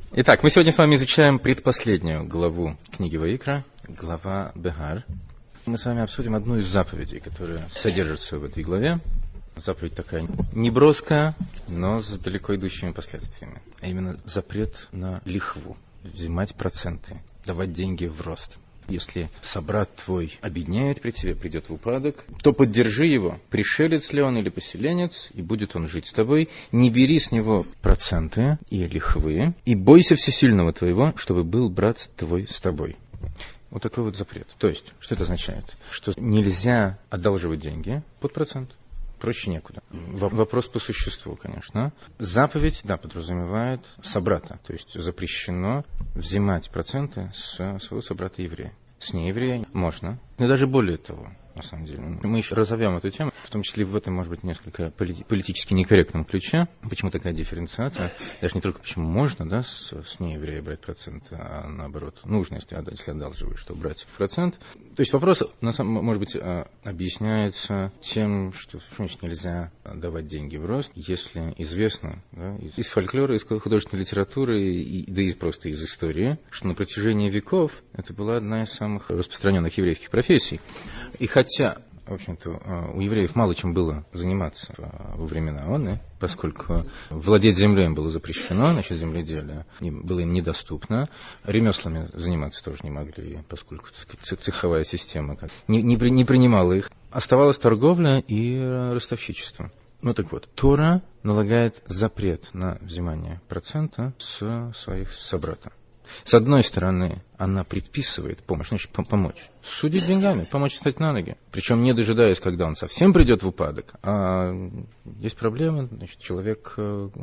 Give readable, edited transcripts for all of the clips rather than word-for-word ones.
Итак, мы сегодня с вами изучаем предпоследнюю главу книги Ваикра, глава Бехар. Мы с вами обсудим одну из заповедей, которая содержится в этой главе. Заповедь такая неброская, но с далеко идущими последствиями. А именно запрет на лихву, взимать проценты, давать деньги в рост. Если собрат твой обедняет при тебе, придет в упадок, то поддержи его, пришелец ли он или поселенец, и будет он жить с тобой. Не бери с него проценты и лихвы, и бойся всесильного твоего, чтобы был брат твой с тобой. Вот такой вот запрет. То есть, что это означает? Что нельзя одалживать деньги под процент. Проще некуда. Вопрос по существу, конечно. Заповедь, подразумевает собрата. То есть запрещено взимать проценты с своего собрата-еврея. С нееврея можно. Но даже более того, на самом деле. Мы еще разовьем эту тему, в том числе в этом, может быть, несколько политически некорректном ключе. Почему такая дифференциация? Даже не только почему можно, с нееврея брать процент, а наоборот, нужно, если одалживаешь, что брать процент. То есть вопрос, может быть, объясняется тем, что значит нельзя давать деньги в рост, если известно, из фольклора, из художественной литературы, да и просто из истории, что на протяжении веков это была одна из самых распространенных еврейских профессий. И хотя, в общем-то, у евреев мало чем было заниматься во времена Оны, поскольку владеть землей им было запрещено, земледелие было им недоступно, ремеслами заниматься тоже не могли, поскольку цеховая система не принимала их. Оставалась торговля и ростовщичество. Так вот, Тора налагает запрет на взимание процента с своих собратьев. С одной стороны, она предписывает помощь, значит, помочь. Судить деньгами, помочь встать на ноги. Причем не дожидаясь, когда он совсем придет в упадок. А есть проблема, значит, человек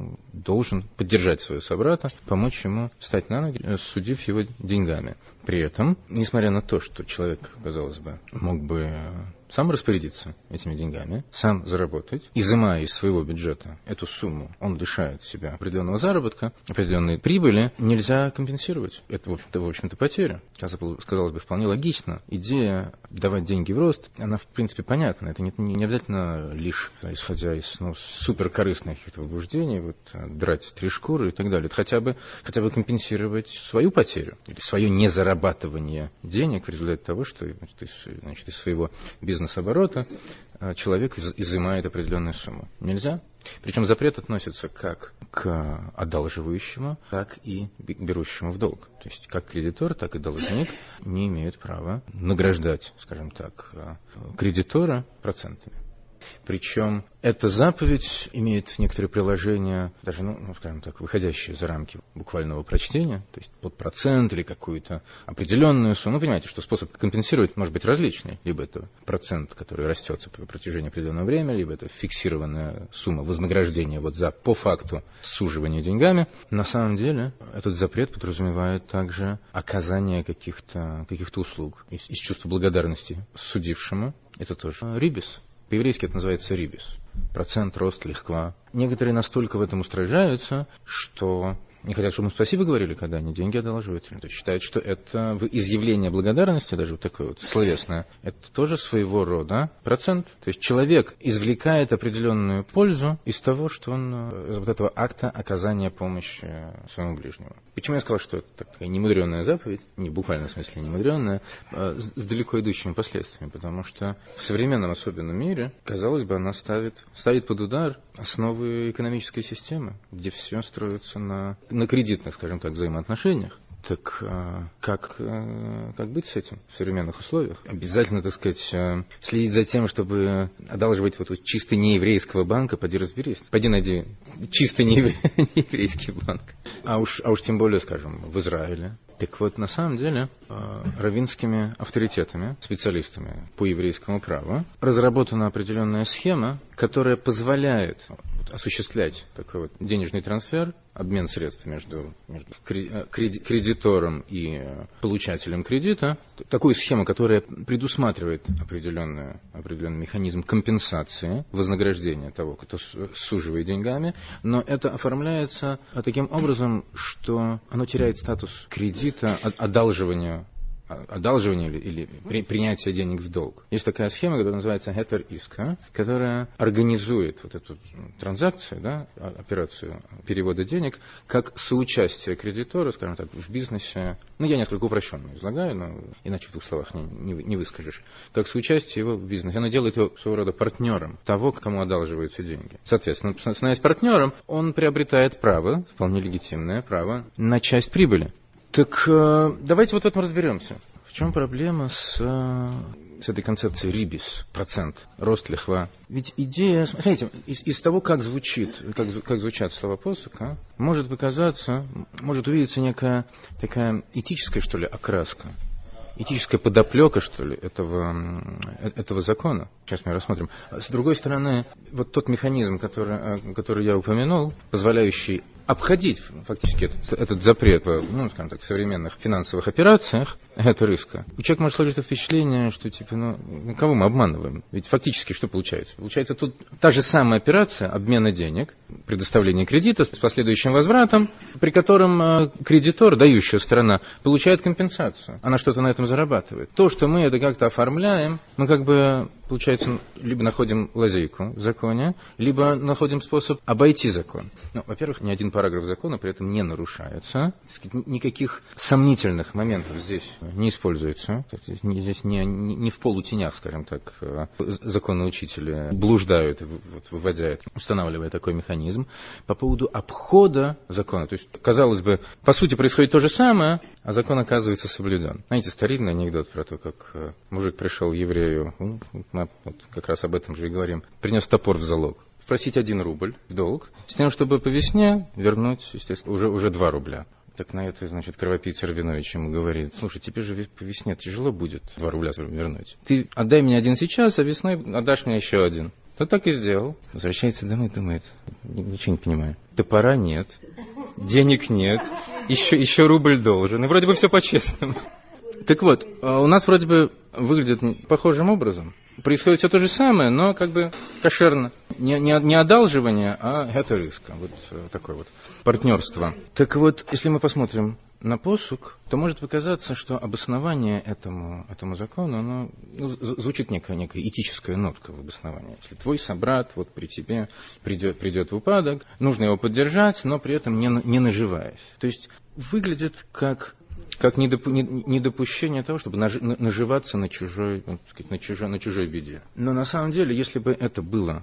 должен поддержать своего собрата, помочь ему встать на ноги, судив его деньгами. При этом, несмотря на то, что человек, казалось бы, мог бы сам распорядиться этими деньгами, сам заработать, изымая из своего бюджета эту сумму, он лишает себя определенного заработка, определенной прибыли, нельзя компенсировать. Это, в общем-то, потеря. Казалось бы, вполне логично. Идея давать деньги в рост, она, в принципе, понятна. Это не обязательно лишь исходя из суперкорыстных каких-то побуждений, драть 3 шкуры и так далее. Это хотя бы компенсировать свою потерю или свое незарабатывание денег в результате того, что из своего бизнес-оборота человек изымает определенную сумму. Нельзя. Причем запрет относится как к одалживающему, так и к берущему в долг. То есть как кредитор, так и должник не имеют права награждать, скажем так, кредитора процентами. Причем эта заповедь имеет некоторые приложения, даже, скажем так, выходящие за рамки буквального прочтения, то есть под процент или какую-то определенную сумму. Понимаете, что способ компенсировать может быть различный. Либо это процент, который растется по протяжении определенного времени, либо это фиксированная сумма вознаграждения за по факту суживания деньгами. На самом деле этот запрет подразумевает также оказание каких-то услуг из чувства благодарности судившему. Это тоже рибис. По-еврейски это называется рибис. Процент, рост, лихва. Некоторые настолько в этом устражаются, что не хотят, чтобы им спасибо говорили, когда они деньги одалживают. То есть считают, что это изъявление благодарности, даже такое словесное, это тоже своего рода процент. То есть человек извлекает определенную пользу из того, что он из этого акта оказания помощи своему ближнему. Почему я сказал, что это такая немудренная заповедь, не буквально в смысле немудренная, с далеко идущими последствиями, потому что в современном особенном мире, казалось бы, она ставит под удар основы экономической системы, где все строится на кредитных, скажем так, взаимоотношениях. Так как быть с этим в современных условиях? Обязательно, так сказать, следить за тем, чтобы одалживать чисто нееврейского банка, поди разберись. Поди найди чисто нееврейский банк. А уж тем более, скажем, в Израиле. Так вот, на самом деле, раввинскими авторитетами, специалистами по еврейскому праву разработана определенная схема, которая позволяет осуществлять такой денежный трансфер, обмен средств между кредитором и получателем кредита. Такую схему, которая предусматривает определенный механизм компенсации, вознаграждения того, кто суживает деньгами, но это оформляется таким образом, что оно теряет статус кредита, одалживания одалживания или принятия денег в долг. Есть такая схема, которая называется Гетер Иска, которая организует вот эту транзакцию, да, операцию перевода денег, как соучастие кредитора, скажем так, в бизнесе. Я несколько упрощенно излагаю, но иначе в двух словах не выскажешь. Как соучастие его в бизнесе. Она делает его своего рода партнером того, кому одалживаются деньги. Соответственно, становясь партнером, он приобретает право, вполне легитимное право, на часть прибыли. Так давайте вот в этом разберемся. В чем проблема с этой концепцией рибис, процент, рост лихва? Ведь идея, смотрите, из того, как звучат слова посука, может увидеться некая такая этическая, что ли, окраска. Этическая подоплека, что ли, этого закона. Сейчас мы рассмотрим. С другой стороны, вот тот механизм, который я упомянул, позволяющий обходить фактически этот запрет, скажем так, в современных финансовых операциях, это риска. У человека может сложиться впечатление, что кого мы обманываем? Ведь фактически что получается? Получается тут та же самая операция обмена денег, предоставления кредита с последующим возвратом, при котором кредитор, дающая сторона, получает компенсацию. Она что-то на этом зарабатывает. То, что мы это как-то оформляем, мы получается, либо находим лазейку в законе, либо находим способ обойти закон. Во-первых, ни один параграф закона при этом не нарушается. Никаких сомнительных моментов здесь не используется. Здесь не в полутенях, скажем так, законоучители блуждают, устанавливая такой механизм. По поводу обхода закона. То есть, казалось бы, по сути происходит то же самое, а закон оказывается соблюден. Знаете, старинный анекдот про то, как мужик пришел еврею, мы как раз об этом же и говорим, принес топор в залог. Просить 1 рубль в долг, с тем, чтобы по весне вернуть, естественно, уже 2 рубля. Так на это, кровопийца Рабинович ему говорит: слушай, тебе же по весне тяжело будет 2 рубля вернуть. Ты отдай мне 1 сейчас, а весной отдашь мне еще 1. Тот так и сделал. Возвращается домой и думает: ничего не понимаю. Топора нет, денег нет, еще рубль должен. И вроде бы все по-честному. Так вот, у нас вроде бы выглядит похожим образом. Происходит все то же самое, но кошерно. Не одалживание, а это риска. Вот такое вот партнерство. Так вот, если мы посмотрим на посук, то может показаться, что обоснование этому закону, оно звучит некая этическая нотка в обосновании. Если твой собрат при тебе придет в упадок, нужно его поддержать, но при этом не наживаясь. То есть выглядит как недопущение того, чтобы наживаться на чужой беде. Но на самом деле, если бы это было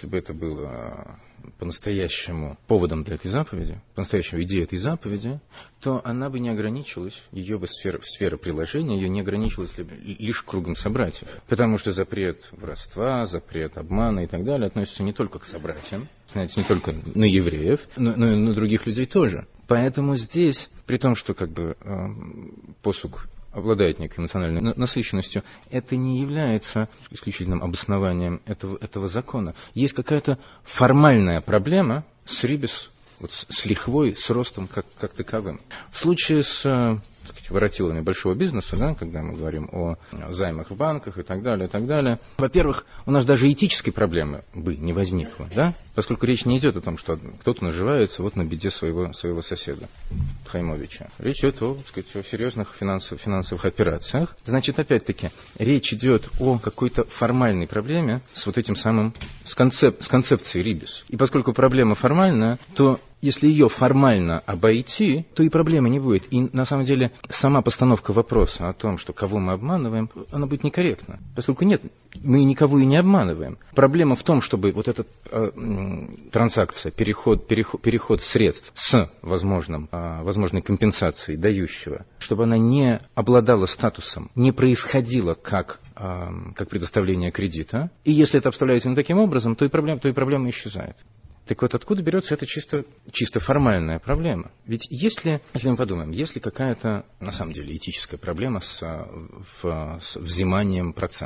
по-настоящему поводом для этой заповеди, по-настоящему идеей этой заповеди, то она бы не ограничилась, ее бы сфера приложения, ее не ограничилась лишь кругом собратьев. Потому что запрет воровства, запрет обмана и так далее относится не только к собратьям, знаете, не только на евреев, но и на других людей тоже. Поэтому здесь, при том, что посук обладает некой эмоциональной насыщенностью, это не является исключительным обоснованием этого закона. Есть какая-то формальная проблема с рибис, с лихвой, с ростом как таковым. В случае с воротилами большого бизнеса, когда мы говорим о займах в банках и так далее, во-первых, у нас даже этической проблемы бы не возникло, поскольку речь не идет о том, что кто-то наживается на беде своего соседа Хаймовича. Речь идет о серьезных финансовых операциях. Значит, опять-таки, речь идет о какой-то формальной проблеме с концепцией рибис. И поскольку проблема формальная, то если ее формально обойти, то и проблемы не будет. И на самом деле сама постановка вопроса о том, что кого мы обманываем, она будет некорректна. Поскольку нет, мы никого и не обманываем. Проблема в том, чтобы эта транзакция, переход средств с возможной компенсацией дающего, чтобы она не обладала статусом, не происходила как предоставление кредита. И если это обставляется именно таким образом, то и проблема исчезает. Так вот, откуда берется эта чисто формальная проблема? Ведь если мы подумаем, если какая-то, на самом деле, этическая проблема с взиманием процента,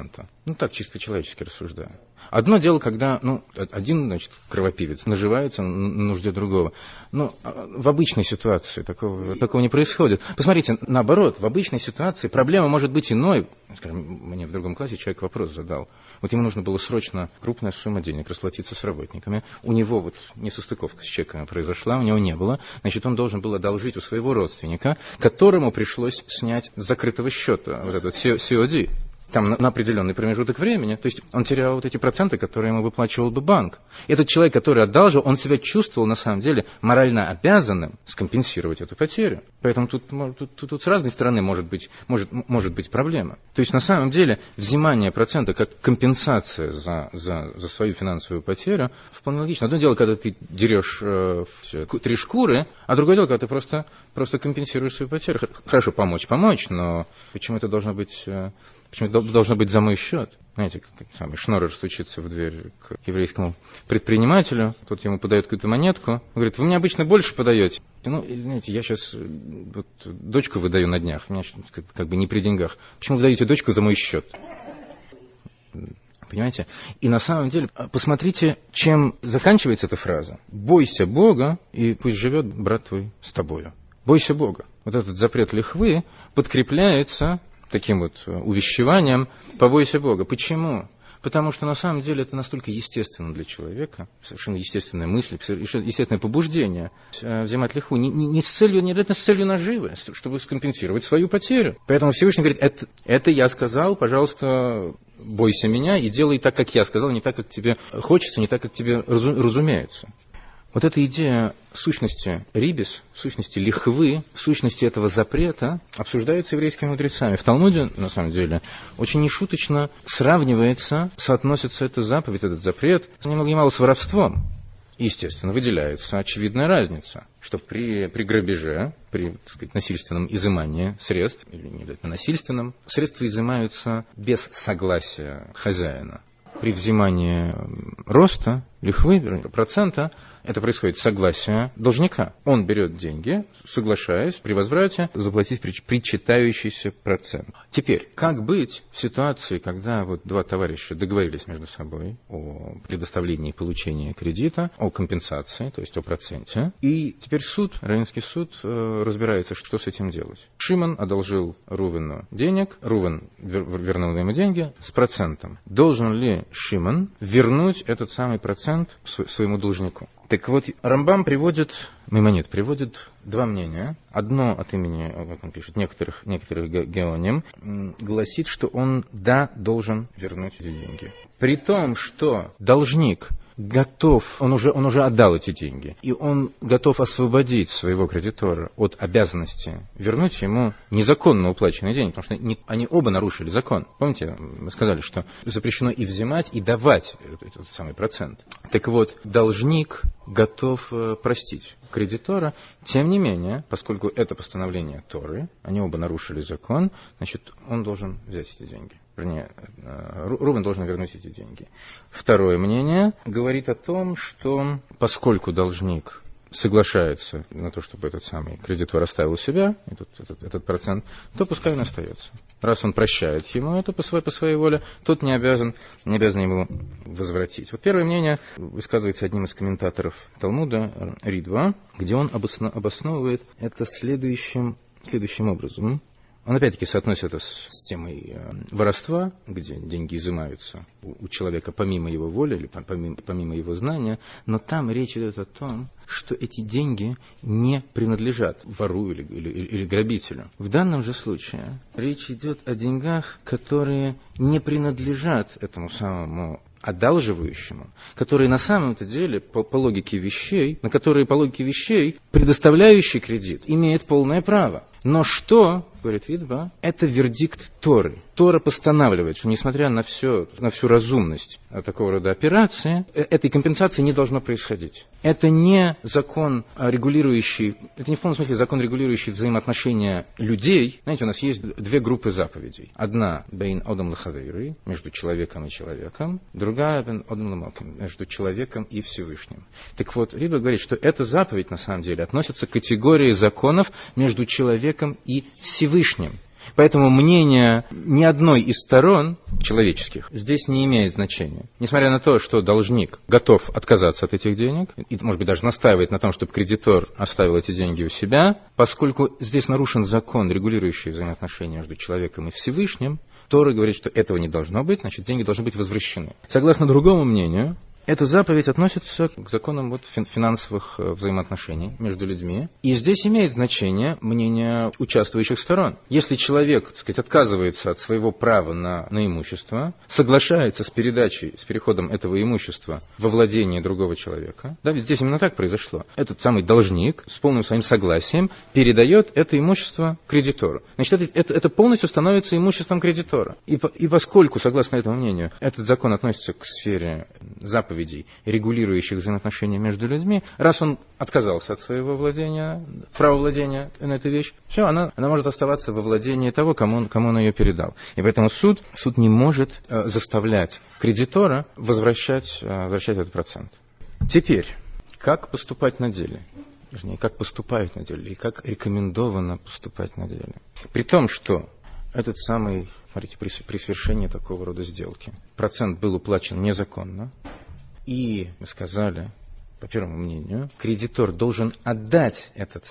Ну, так, чисто человечески рассуждаю. Одно дело, когда, один, значит, кровопивец наживается на нужде другого. Но в обычной ситуации такого не происходит. Посмотрите, наоборот, в обычной ситуации проблема может быть иной. Скажем, мне в другом классе человек вопрос задал. Вот ему нужно было срочно крупная сумма денег расплатиться с работниками. У него вот несостыковка с чеками произошла, у него не было. Значит, он должен был одолжить у своего родственника, которому пришлось снять с закрытого счета вот этот COD. Там на определенный промежуток времени. То есть он терял вот эти проценты, которые ему выплачивал бы банк. Этот человек, который одалживал, он себя чувствовал, на самом деле, морально обязанным скомпенсировать эту потерю. Поэтому тут с разной стороны может быть проблема. То есть, на самом деле, взимание процента как компенсация за свою финансовую потерю вполне логично. Одно дело, когда ты дерешь 3 шкуры, а другое дело, когда ты просто компенсируешь свою потерю. Хорошо, помочь, но почему это должно быть за мой счет? Знаете, как самый Шнорер стучится в дверь к еврейскому предпринимателю, тот ему подает какую-то монетку, он говорит: вы мне обычно больше подаете. Знаете, я сейчас дочку выдаю на днях, у меня как бы не при деньгах. Почему вы даете дочку за мой счет? Понимаете? И на самом деле, посмотрите, чем заканчивается эта фраза. Бойся Бога, и пусть живет брат твой с тобою. Бойся Бога. Вот этот запрет лихвы подкрепляется таким вот увещеванием: побойся Бога. Почему? Потому что на самом деле это настолько естественно для человека, совершенно естественная мысль, естественное побуждение взимать лихву не с целью наживы, чтобы скомпенсировать свою потерю. Поэтому Всевышний говорит: это я сказал, пожалуйста, бойся меня и делай так, как я сказал, не так, как тебе хочется, не так, как тебе разумеется. Вот эта идея сущности рибис, сущности лихвы, сущности этого запрета обсуждается еврейскими мудрецами. В Талмуде, на самом деле, очень нешуточно соотносится эта заповедь, этот запрет, ни много ни мало с воровством. Естественно, выделяется очевидная разница, что при грабеже, при, так сказать, насильственном изымании средств, или не обязательно насильственном, средства изымаются без согласия хозяина. При взимании роста, лихвы, процента, это происходит согласие должника. Он берет деньги, соглашаясь при возврате заплатить причитающийся процент. Теперь, как быть в ситуации, когда вот два товарища договорились между собой о предоставлении и получении кредита, о компенсации, то есть о проценте, и теперь раввинский суд разбирается, что с этим делать. Шимон одолжил Рувену денег, Рувен вернул ему деньги с процентом. Должен ли Шимон вернуть этот самый процент своему должнику? Так вот, Рамбам Маймонид приводит два мнения. Одно от имени, как он пишет, некоторых геоним, гласит, что он должен вернуть эти деньги. При том, что должник готов, он уже отдал эти деньги, и он готов освободить своего кредитора от обязанности вернуть ему незаконно уплаченные деньги, потому что они оба нарушили закон. Помните, мы сказали, что запрещено и взимать, и давать этот самый процент. Так вот, должник готов простить кредитора, тем не менее, поскольку это постановление Торы, они оба нарушили закон, значит, он должен взять эти деньги. Вернее, Рувен должен вернуть эти деньги. Второе мнение говорит о том, что поскольку должник соглашается на то, чтобы этот самый кредитор оставил у себя этот процент, то пускай он остается. Раз он прощает ему это по своей воле, тот не обязан его возвратить. Вот первое мнение высказывается одним из комментаторов Талмуда, Ридва, где он обосновывает это следующим образом. Он опять-таки соотносит это с темой воровства, где деньги изымаются у человека помимо его воли или помимо его знания, но там речь идет о том, что эти деньги не принадлежат вору или грабителю. В данном же случае речь идет о деньгах, которые не принадлежат этому самому одалживающему, которые на самом-то деле, по логике вещей, на которые по логике вещей предоставляющий кредит имеет полное право. Но что, говорит Ридва, это вердикт Торы. Тора постанавливает, что несмотря на всю разумность такого рода операции, этой компенсации не должно происходить. Это не закон регулирующий, это не в полном смысле закон, регулирующий взаимоотношения людей. Знаете, у нас есть две группы заповедей. Одна бейн одам лахавейры, между человеком и человеком, другая бейн одам ламалким, между человеком и Всевышним. Так вот, Ридва говорит, что эта заповедь на самом деле относится к категории законов между человеком и Всевышним. Поэтому мнение ни одной из сторон человеческих здесь не имеет значения. Несмотря на то, что должник готов отказаться от этих денег, и, может быть, даже настаивает на том, чтобы кредитор оставил эти деньги у себя, поскольку здесь нарушен закон, регулирующий взаимоотношения между человеком и Всевышним, Тора говорит, что этого не должно быть, значит, деньги должны быть возвращены. Согласно другому мнению, эта заповедь относится к законам финансовых взаимоотношений между людьми. И здесь имеет значение мнение участвующих сторон. Если человек, так сказать, отказывается от своего права на имущество, соглашается с передачей, с переходом этого имущества во владение другого человека, да, ведь здесь именно так произошло. Этот самый должник с полным своим согласием передает это имущество кредитору. Значит, это полностью становится имуществом кредитора. И поскольку, согласно этому мнению, этот закон относится к сфере заповедей, регулирующих взаимоотношения между людьми, раз он отказался от своего владения, права владения на эту вещь, все, она может оставаться во владении того, кому он ее передал. И поэтому суд не может заставлять кредитора возвращать этот процент. Теперь, как поступать на деле? Вернее, как поступают на деле и как рекомендовано поступать на деле. При том, что этот самый, смотрите, при совершении такого рода сделки процент был уплачен незаконно, и мы сказали, по первому мнению, кредитор должен отдать эту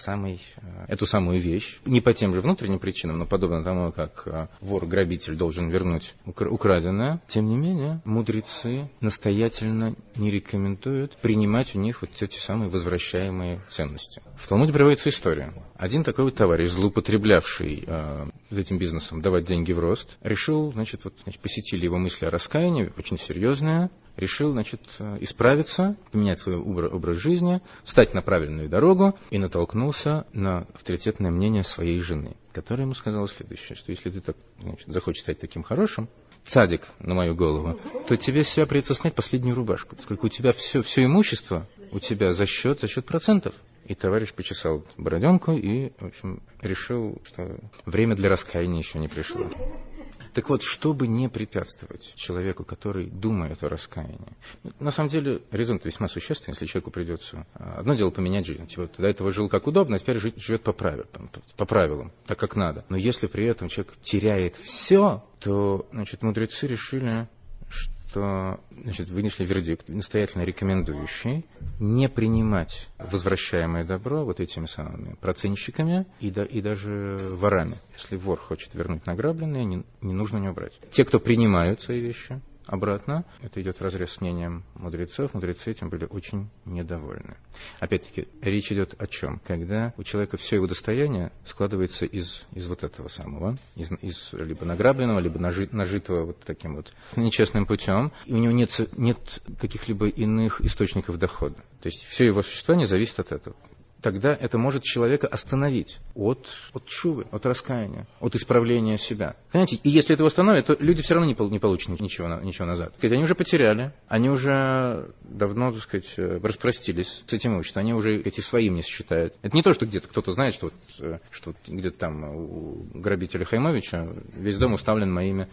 самую вещь, не по тем же внутренним причинам, но подобно тому, как вор-грабитель должен вернуть украденное. Тем не менее, мудрецы настоятельно не рекомендуют принимать у них вот эти самые возвращаемые ценности. В Талмуде приводится история. Один такой вот товарищ, злоупотреблявший этим бизнесом давать деньги в рост, решил, посетили его мысли о раскаянии, очень серьезные, решил, исправиться, поменять свой образ жизни, встать на правильную дорогу и натолкнулся на авторитетное мнение своей жены, которая ему сказала следующее, что если ты захочешь стать таким хорошим, цадик на мою голову, то тебе с себя придется снять последнюю рубашку, поскольку у тебя все имущество у тебя за счет процентов. И товарищ почесал бороденку и, в общем, решил, что время для раскаяния еще не пришло. Так вот, чтобы не препятствовать человеку, который думает о раскаянии, на самом деле резон-то весьма существенный, если человеку придется одно дело поменять жизнь. До этого жил как удобно, а теперь живет по правилам, так как надо. Но если при этом человек теряет все, то, мудрецы решили, что, вынесли вердикт, настоятельно рекомендующий не принимать возвращаемое добро вот этими самыми процентщиками и даже ворами. Если вор хочет вернуть награбленное, не нужно у него брать. Те, кто принимают свои вещи обратно, это идет вразрез с мнением мудрецов. Мудрецы этим были очень недовольны. Опять-таки, речь идет о чем? Когда у человека все его достояние складывается из вот этого самого, из либо награбленного, либо нажитого вот таким вот нечестным путем, и у него нет каких-либо иных источников дохода. То есть все его существование зависит от этого. Тогда это может человека остановить от тшувы, от раскаяния, от исправления себя. Понимаете, и если это восстановит, то люди все равно не получат ничего назад. Они уже потеряли, они уже давно, распростились с этим имуществом, они уже эти своим не считают. Это не то, что где-то кто-то знает, что где-то там у грабителя Хаймовича весь дом уставлен моим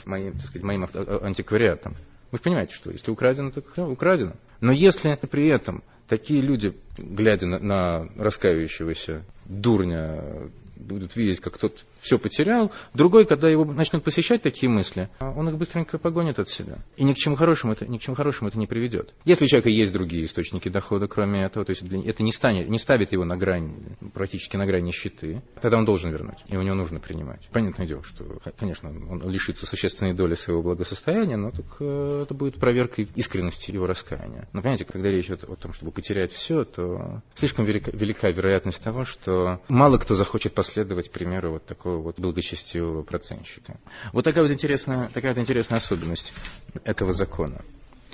антиквариатом. Вы же понимаете, что если украдено, то украдено. Но если при этом такие люди, глядя на раскаивающегося дурня, будут видеть, как тот все потерял, другой, когда его начнут посещать такие мысли, он их быстренько погонит от себя. И ни к чему хорошему это не приведет. Если у человека есть другие источники дохода, кроме этого, то есть это не ставит его практически на грань нищеты, тогда он должен вернуть, и у него нужно принимать. Понятное дело, что, конечно, он лишится существенной доли своего благосостояния, но это будет проверкой искренности его раскаяния. Но понимаете, когда речь идет о том, чтобы потерять все, то слишком велика вероятность того, что мало кто захочет последовать примеру вот такого вот благочестивого процентщика. Вот такая вот интересная особенность этого закона.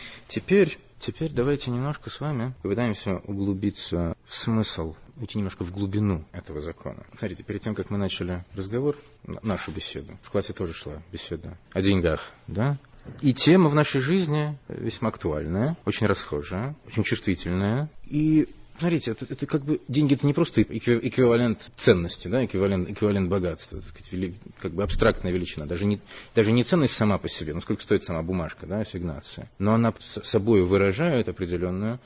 Теперь давайте немножко с вами попытаемся углубиться в смысл, уйти немножко в глубину этого закона. Смотрите, перед тем, как мы начали разговор, нашу беседу, в классе тоже шла беседа о деньгах, да? И тема в нашей жизни весьма актуальная, очень расхожая, очень чувствительная. И Смотрите, это как бы деньги — это не просто эквивалент ценности, да, эквивалент богатства, так сказать, как бы абстрактная величина. Даже не ценность сама по себе, сколько стоит сама бумажка, да, ассигнация. Но она собой выражает определенную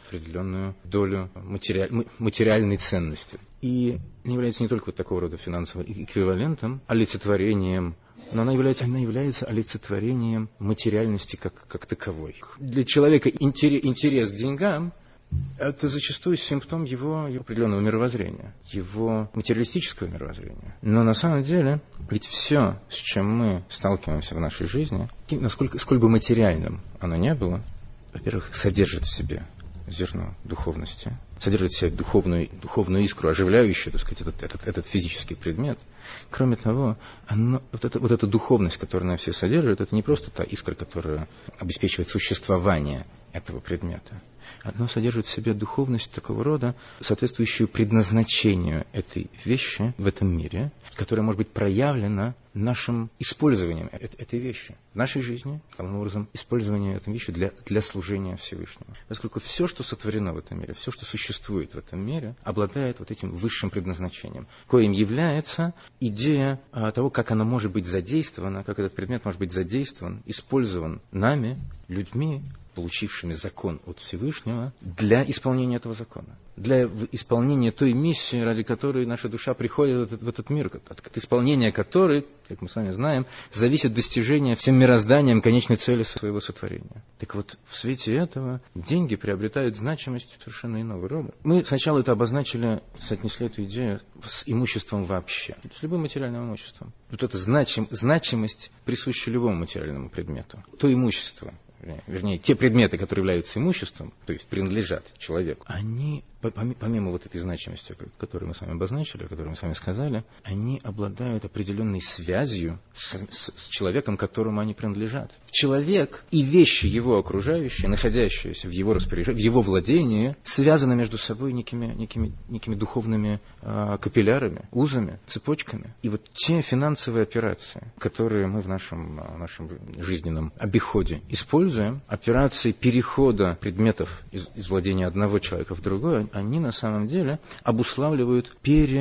долю материальной ценности. И является не только вот такого рода финансовым эквивалентом, олицетворением, но она является олицетворением материальности как таковой. Для человека интерес к деньгам — это зачастую симптом его определенного мировоззрения, его материалистического мировоззрения. Но на самом деле, ведь все, с чем мы сталкиваемся в нашей жизни, сколь бы материальным оно ни было, во-первых, содержит в себе зерно духовности, содержит в себе духовную искру, оживляющую, так сказать, этот физический предмет. Кроме того, вот эта духовность, которую она все содержит, это не просто та искра, которая обеспечивает существование этого предмета. Оно содержит в себе духовность такого рода, соответствующую предназначению этой вещи в этом мире, которая может быть проявлена нашим использованием этой вещи в нашей жизни, главным образом, использование этой вещи для служения Всевышнему. Поскольку все, что сотворено в этом мире, все, что существует в этом мире, обладает вот этим высшим предназначением, коим является идея того, как оно может быть задействовано, как этот предмет может быть задействован, использован нами, людьми, получившими закон от Всевышнего, для исполнения этого закона, для исполнения той миссии, ради которой наша душа приходит в этот мир, от исполнения которой, как мы с вами знаем, зависит достижение всем мирозданием конечной цели своего сотворения. Так вот, в свете этого деньги приобретают значимость совершенно иного рода. Мы сначала это обозначили, соотнесли эту идею с имуществом вообще, с любым материальным имуществом. Вот эта значимость присуща любому материальному предмету. То имущество, вернее, те предметы, которые являются имуществом, то есть принадлежат человеку, они, помимо вот этой значимости, которую мы с вами обозначили, о которой мы с вами сказали, они обладают определенной связью с человеком, которому они принадлежат. Человек и вещи его окружающие, находящиеся в его распоряжении, в его владении, связаны между собой некими духовными капиллярами, узами, цепочками. И вот те финансовые операции, которые мы в нашем жизненном обиходе используем, операции перехода предметов из владения одного человека в другое, они на самом деле обуславливают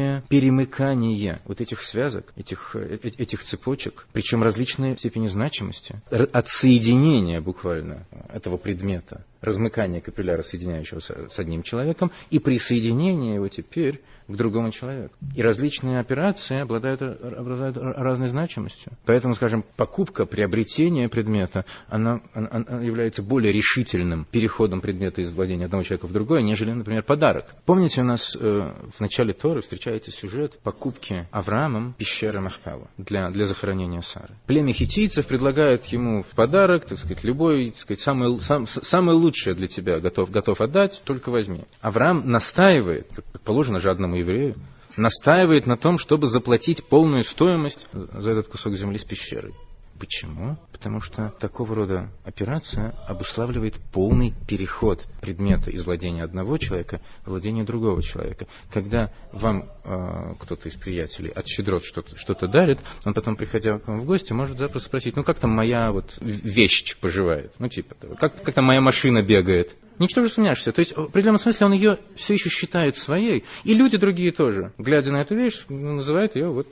перемыкание вот этих связок, этих цепочек, причем различные степени значимости, отсоединения буквально этого предмета, размыкание капилляра, соединяющего с одним человеком, и присоединение его теперь к другому человеку. И различные операции обладают разной значимостью. Поэтому, скажем, покупка, приобретение предмета, она является более решительным переходом предмета из владения одного человека в другое, нежели, например, подарок. Помните, у нас в начале Торы встречается сюжет покупки Авраамом пещеры Махпела для захоронения Сары. Племя хиттийцев предлагает ему в подарок, так сказать, любой, так сказать, самый лучшее для тебя готов отдать, только возьми. Авраам настаивает, как положено жадному еврею, настаивает на том, чтобы заплатить полную стоимость за этот кусок земли с пещерой. Почему? Потому что такого рода операция обуславливает полный переход предмета из владения одного человека в владение другого человека. Когда вам кто-то из приятелей от щедрот что-то дарит, он потом, приходя к вам в гости, может запросто спросить: как там моя вещь поживает? Типа того. Как там моя машина бегает? Ничто же сомневаешься. То есть, в определенном смысле, он ее все еще считает своей. И люди другие тоже, глядя на эту вещь, называют ее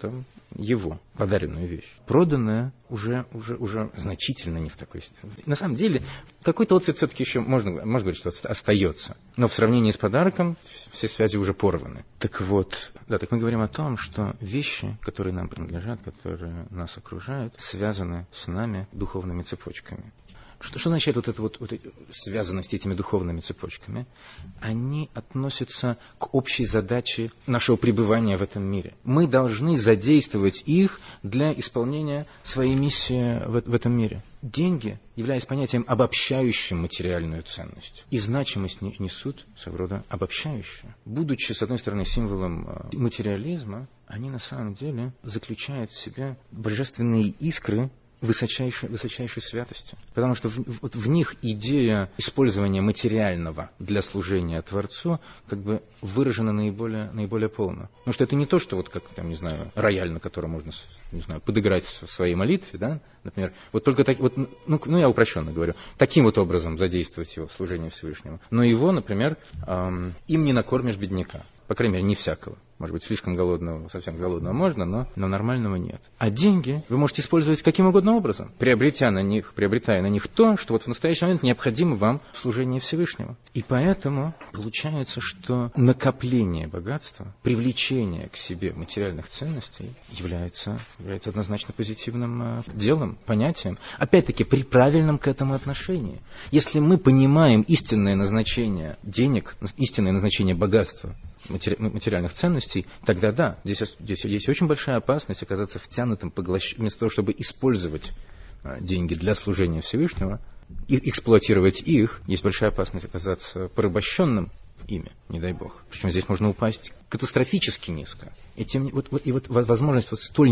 его подаренную вещь. Проданная уже значительно не в такой степени. На самом деле, какой-то отцвет все-таки еще можно говорить, что остается. Но в сравнении с подарком все связи уже порваны. Так мы говорим о том, что вещи, которые нам принадлежат, которые нас окружают, связаны с нами духовными цепочками. Что означает эта связанность этими духовными цепочками? Они относятся к общей задаче нашего пребывания в этом мире. Мы должны задействовать их для исполнения своей миссии в этом мире. Деньги, являясь понятием, обобщающим материальную ценность, и значимость несут своего рода обобщающую. Будучи, с одной стороны, символом материализма, они на самом деле заключают в себе божественные искры, высочайшей святостью. Потому что в них идея использования материального для служения Творцу как бы выражена наиболее полно. Потому что это не то, что вот как, там, не знаю, рояль, на котором можно, не знаю, подыграть в своей молитве, да, например, вот только так, вот, ну, я упрощенно говорю, таким вот образом задействовать его в служении Всевышнему. Но его, например, им не накормишь бедняка. По крайней мере, не всякого. Может быть, слишком голодного, совсем голодного можно, но нормального нет. А деньги вы можете использовать каким угодно образом, приобретая на них то, что вот в настоящий момент необходимо вам в служении Всевышнему. И поэтому получается, что накопление богатства, привлечение к себе материальных ценностей является однозначно позитивным делом, понятием. Опять-таки, при правильном к этому отношении. Если мы понимаем истинное назначение денег, истинное назначение богатства, материальных ценностей, тогда да, здесь есть очень большая опасность оказаться втянутым, вместо того, чтобы использовать деньги для служения Всевышнего, и эксплуатировать их, есть большая опасность оказаться порабощенным ими, не дай бог. Причем здесь можно упасть катастрофически низко. И возможность вот столь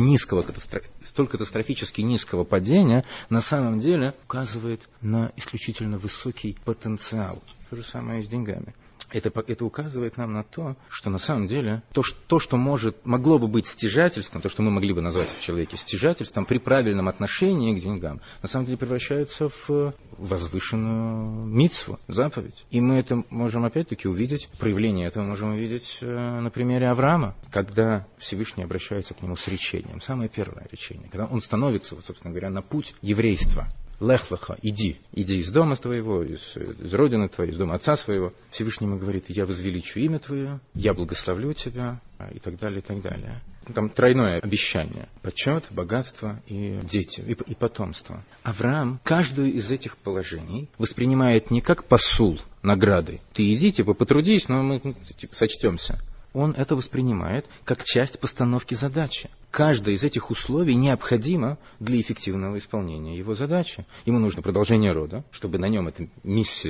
катастрофически низкого падения на самом деле указывает на исключительно высокий потенциал. То же самое и с деньгами. Это указывает нам на то, что на самом деле то, что могло бы быть стяжательством, то, что мы могли бы назвать в человеке стяжательством, при правильном отношении к деньгам, на самом деле превращается в возвышенную мицву, заповедь. И мы это можем опять-таки увидеть, проявление этого можем увидеть на примере Авраама, когда Всевышний обращается к нему с речением. Самое первое речение, когда он становится, вот, собственно говоря, на путь еврейства. Лех-леха, иди из дома твоего, из родины твоей, из дома отца своего. Всевышний ему говорит: я возвеличу имя твое, я благословлю тебя, и так далее, и так далее. Там тройное обещание: почет, богатство и дети, и потомство. Авраам каждую из этих положений воспринимает не как посул награды. Ты иди, потрудись, но мы сочтемся. Он это воспринимает как часть постановки задачи. Каждое из этих условий необходимо для эффективного исполнения его задачи. Ему нужно продолжение рода, чтобы на нем эта миссия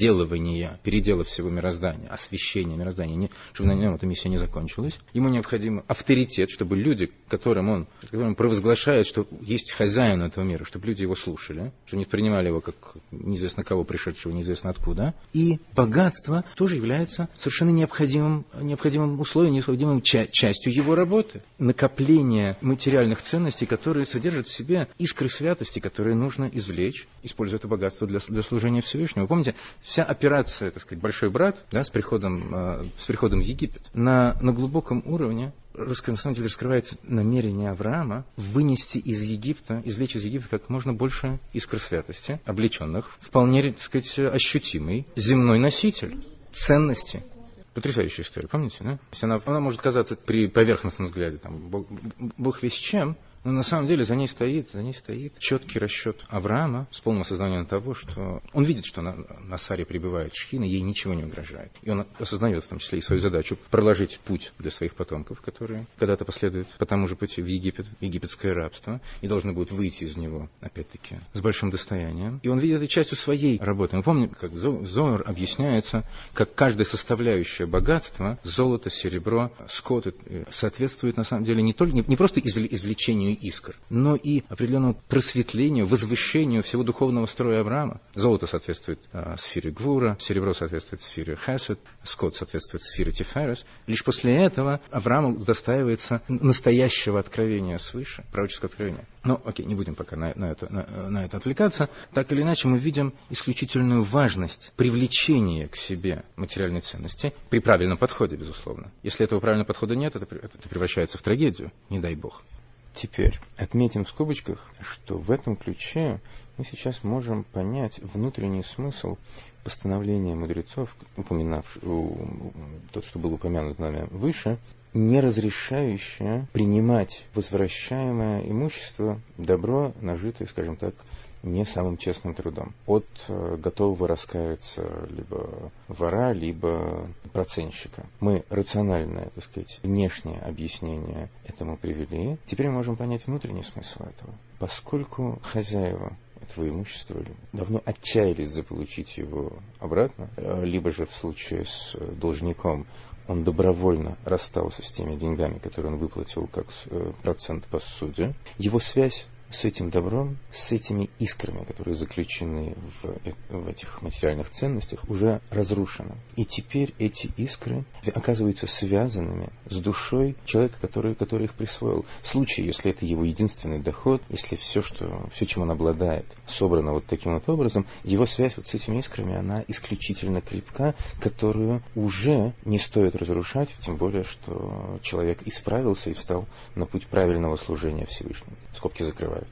передела всего мироздания, освящения мироздания, чтобы на нем эта миссия не закончилась. Ему необходим авторитет, чтобы люди, которым он провозглашает, что есть хозяин этого мира, чтобы люди его слушали, чтобы не принимали его как неизвестно кого пришедшего, неизвестно откуда. И богатство тоже является совершенно необходимым условием, необходимым частью его работы. Накопление материальных ценностей, которые содержат в себе искры святости, которые нужно извлечь, используя это богатство для служения Всевышнему. Вы помните, вся операция, так сказать, «Большой брат», да, с приходом в Египет, на глубоком уровне на самом деле раскрывается намерение Авраама вынести извлечь из Египта как можно больше искр святости, облеченных, вполне, так сказать, ощутимый земной носитель ценности. Потрясающая история, помните, да? То есть она может казаться при поверхностном взгляде, Бог весь чем, но на самом деле за ней стоит четкий расчет Авраама с полным осознанием того, что он видит, что на Саре прибывает Шхина, ей ничего не угрожает. И он осознает в том числе и свою задачу проложить путь для своих потомков, которые когда-то последуют по тому же пути в Египет, в египетское рабство, и должны будут выйти из него, опять-таки, с большим достоянием. И он видит это частью своей работы. Мы помним, как в Зоар объясняется, как каждая составляющая богатства, золото, серебро, скот, соответствует на самом деле не просто извлечению искр, но и определенному просветлению, возвышению всего духовного строя Авраама. Золото соответствует сфере Гвура, серебро соответствует сфере Хесед, скот соответствует сфере Тиферес. Лишь после этого Аврааму достаивается настоящего откровения свыше, пророческого откровения. Но, окей, не будем пока на это отвлекаться. Так или иначе, мы видим исключительную важность привлечения к себе материальной ценности при правильном подходе, безусловно. Если этого правильного подхода нет, это превращается в трагедию, не дай бог. Теперь отметим в скобочках, что в этом ключе мы сейчас можем понять внутренний смысл постановления мудрецов, тот, что был упомянут нами выше, не разрешающее принимать возвращаемое имущество, добро, нажитое, скажем так, не самым честным трудом, от готового раскаяться либо вора, либо процентщика. Мы рациональное, так сказать, внешнее объяснение этому привели. Теперь мы можем понять внутренний смысл этого. Поскольку хозяева этого имущества давно отчаялись заполучить его обратно, либо же в случае с должником он добровольно расстался с теми деньгами, которые он выплатил как процент по суде, его связь с этим добром, с этими искрами, которые заключены в этих материальных ценностях, уже разрушено. И теперь эти искры оказываются связанными с душой человека, который их присвоил. В случае, если это его единственный доход, если все, чем он обладает, собрано вот таким вот образом, его связь вот с этими искрами, она исключительно крепка, которую уже не стоит разрушать, тем более, что человек исправился и встал на путь правильного служения Всевышнему. Скобки закрываются.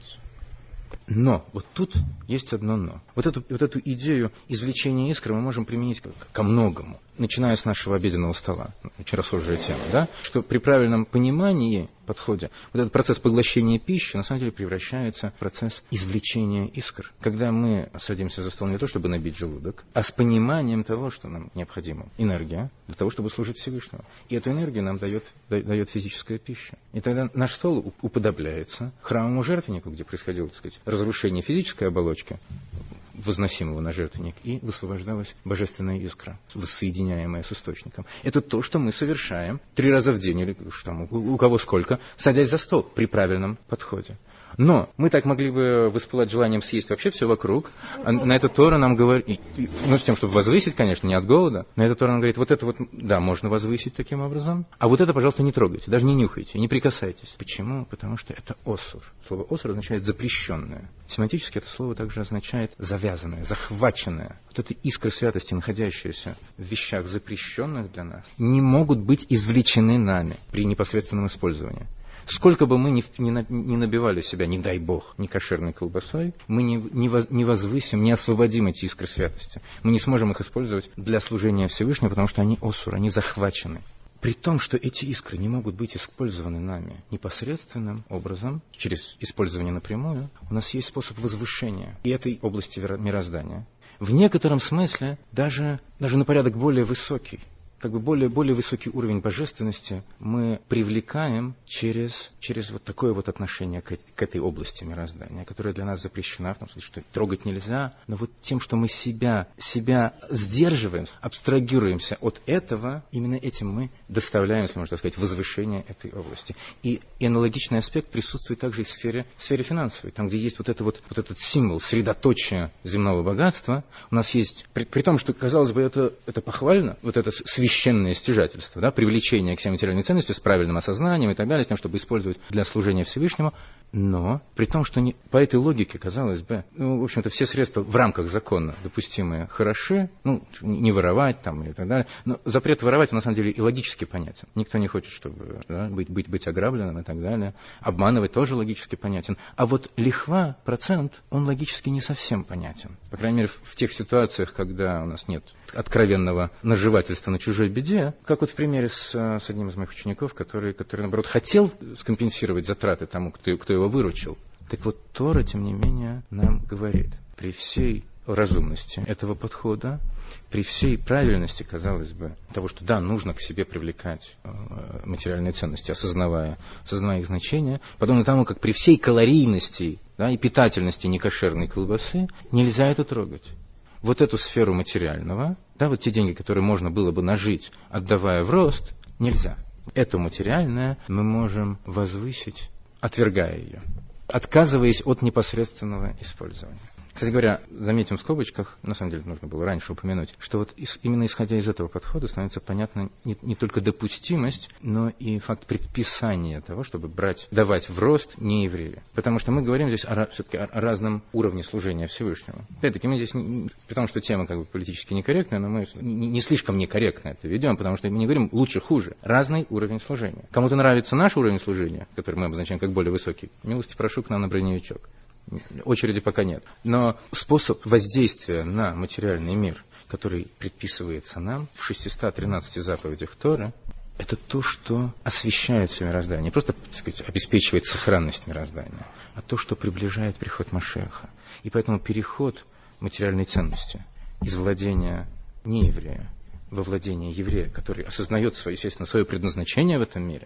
Но вот тут есть одно но. Вот эту идею извлечения искры мы можем применить ко многому, начиная с нашего обеденного стола. Очень расхожая тема, да? Что при правильном понимании, подходе, вот этот процесс поглощения пищи на самом деле превращается в процесс извлечения искр. Когда мы садимся за стол не то, чтобы набить желудок, а с пониманием того, что нам необходима энергия для того, чтобы служить Всевышнему. И эту энергию нам дает физическая пища. И тогда наш стол уподобляется храмовому жертвеннику, где происходило, так сказать, разрушение физической оболочки, возносимого на жертвенник, и высвобождалась божественная искра, воссоединяемая с источником. Это то, что мы совершаем 3 раза в день, или у кого сколько, садясь за стол при правильном подходе. Но мы так могли бы воспылать желанием съесть вообще все вокруг. А на это Тора нам говорит, с тем, чтобы возвысить, конечно, не от голода, на это Тора нам говорит, вот это вот, да, можно возвысить таким образом, а вот это, пожалуйста, не трогайте, даже не нюхайте, не прикасайтесь. Почему? Потому что это осур. Слово осур означает запрещенное. Семантически это слово также означает завязанное, захваченное. Вот эти искры святости, находящиеся в вещах запрещенных для нас, не могут быть извлечены нами при непосредственном использовании. Сколько бы мы ни набивали себя, не дай Бог, некошерной колбасой, мы не возвысим, не освободим эти искры святости. Мы не сможем их использовать для служения Всевышнему, потому что они осур, они захвачены. При том, что эти искры не могут быть использованы нами непосредственным образом, через использование напрямую, у нас есть способ возвышения и этой области мироздания. В некотором смысле даже на порядок более высокий. Более высокий уровень божественности мы привлекаем через вот такое вот отношение к этой области мироздания, которая для нас запрещена, в том смысле, что трогать нельзя, но вот тем, что мы себя сдерживаем, абстрагируемся от этого, именно этим мы доставляем, если можно так сказать, возвышение этой области. И аналогичный аспект присутствует также и в сфере финансовой, там, где есть вот этот символ, средоточие земного богатства, у нас есть, при том, что, казалось бы, это похвально, вот это священное стяжательство, да, привлечение к себе материальной ценности с правильным осознанием и так далее, с тем, чтобы использовать для служения Всевышнему, но при том, что по этой логике, казалось бы, в общем-то, все средства в рамках закона допустимые хороши, не воровать там и так далее, но запрет воровать, на самом деле, и логически понятен. Никто не хочет, чтобы быть ограбленным и так далее. Обманывать тоже логически понятен. А вот лихва, процент, он логически не совсем понятен. По крайней мере, в тех ситуациях, когда у нас нет откровенного наживательства на чужой беде, как вот в примере с одним из моих учеников, который, наоборот, хотел скомпенсировать затраты тому, кто его выручил. Так вот, Тора, тем не менее, нам говорит, при всей разумности этого подхода, при всей правильности, казалось бы, того, что да, нужно к себе привлекать материальные ценности, осознавая их значение, подобно тому, как при всей калорийности, да, и питательности некошерной колбасы, нельзя это трогать. Вот эту сферу материального, да, вот те деньги, которые можно было бы нажить, отдавая в рост, нельзя. Это материальное мы можем возвысить, отвергая ее, отказываясь от непосредственного использования. Кстати говоря, заметим в скобочках, на самом деле нужно было раньше упомянуть, что вот именно исходя из этого подхода становится понятна не только допустимость, но и факт предписания того, чтобы давать в рост нееврею. Потому что мы говорим здесь все-таки о разном уровне служения Всевышнему. Опять-таки мы здесь, при том, что тема политически некорректная, но мы не слишком некорректно это ведем, потому что мы не говорим лучше-хуже. Разный уровень служения. Кому-то нравится наш уровень служения, который мы обозначаем как более высокий. Милости прошу к нам на броневичок. Очереди пока нет. Но способ воздействия на материальный мир, который предписывается нам в 613 заповедях Торы, это то, что освещает все мироздание. Не просто, так сказать, обеспечивает сохранность мироздания, а то, что приближает приход Машиаха. И поэтому переход материальной ценности из владения нееврея во владение еврея, который осознает естественно, свое предназначение в этом мире,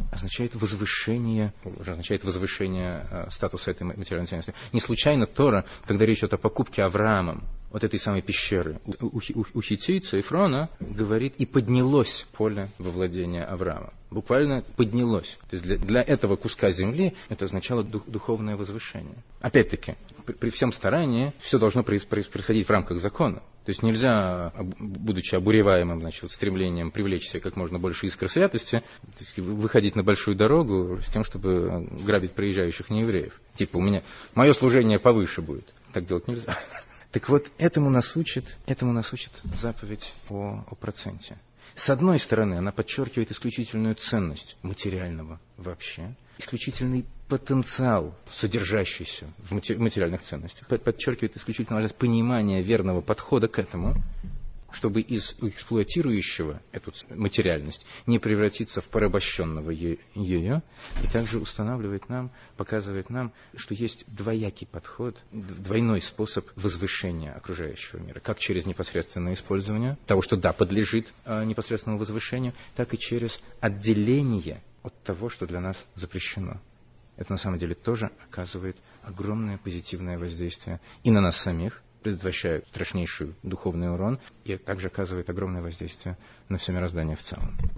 означает возвышение статуса этой материальной ценности. Не случайно Тора, когда речь идет о покупке Авраамом вот этой самой пещеры у хиттийца Эфрона, говорит, и поднялось поле во владение Авраама. Буквально поднялось. То есть для этого куска земли это означало духовное возвышение. Опять-таки, при всем старании все должно происходить в рамках закона. То есть нельзя, будучи обуреваемым стремлением привлечь себе как можно больше искр святости, выходить на большую дорогу с тем, чтобы грабить проезжающих неевреев. Типа, мое служение повыше будет. Так делать нельзя. Так вот, этому нас учит заповедь о проценте. С одной стороны, она подчеркивает исключительную ценность материального вообще, исключительный потенциал, содержащийся в материальных ценностях, подчеркивает исключительно важность понимания верного подхода к этому, чтобы из эксплуатирующего эту материальность не превратиться в порабощенного ее, и также показывает нам, что есть двоякий подход, двойной способ возвышения окружающего мира, как через непосредственное использование того, что подлежит непосредственному возвышению, так и через отделение от того, что для нас запрещено. Это на самом деле тоже оказывает огромное позитивное воздействие и на нас самих, предотвращает страшнейший духовный урон и также оказывает огромное воздействие на все мироздание в целом.